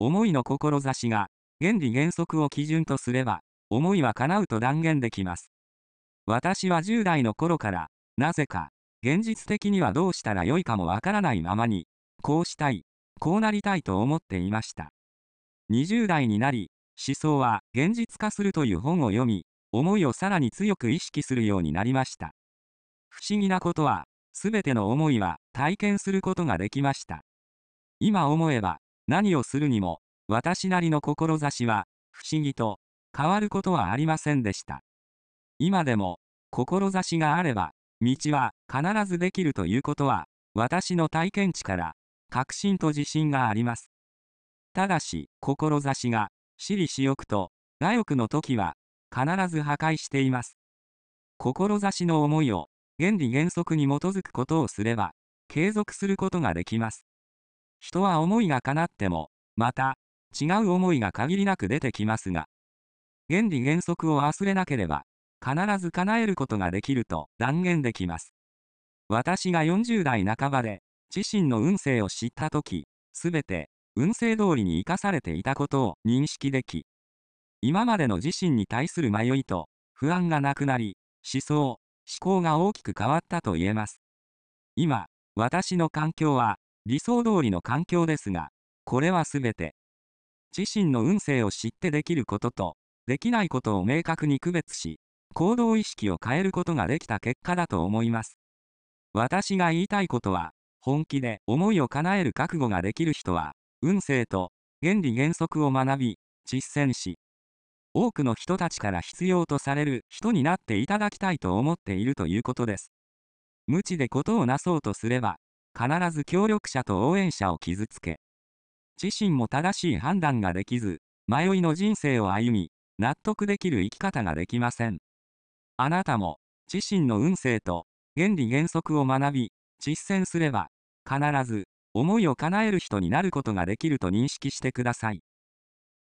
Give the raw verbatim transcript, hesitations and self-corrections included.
思いの志が原理原則を基準とすれば、思いは叶うと断言できます。私はじゅう代の頃から、なぜか、現実的にはどうしたらよいかもわからないままに、こうしたい、こうなりたいと思っていました。にじゅう代になり、思想は現実化するという本を読み、思いをさらに強く意識するようになりました。不思議なことは、すべての思いは体験することができました。今思えば、何をするにも、私なりの志は、不思議と、変わることはありませんでした。今でも、志があれば、道は必ずできるということは、私の体験値から、確信と自信があります。ただし、志が、私利私欲と、我欲の時は、必ず破壊しています。志の思いを、原理原則に基づくことをすれば、継続することができます。人は思いが叶っても、また、違う思いが限りなく出てきますが、原理原則を忘れなければ、必ず叶えることができると断言できます。私がよんじゅう代半ばで、自身の運勢を知ったとき、すべて、運勢通りに生かされていたことを認識でき、今までの自身に対する迷いと不安がなくなり、思想、思考が大きく変わったと言えます。今、私の環境は理想通りの環境ですが、これはすべて、自身の運勢を知ってできることと、できないことを明確に区別し、行動意識を変えることができた結果だと思います。私が言いたいことは、本気で思いを叶える覚悟ができる人は、運勢と原理原則を学び、実践し、多くの人たちから必要とされる人になっていただきたいと思っているということです。無知でことをなそうとすれば、必ず協力者と応援者を傷つけ、自身も正しい判断ができず、迷いの人生を歩み、納得できる生き方ができません。あなたも、自身の運勢と原理原則を学び、実践すれば、必ず、思いを叶える人になることができると認識してください。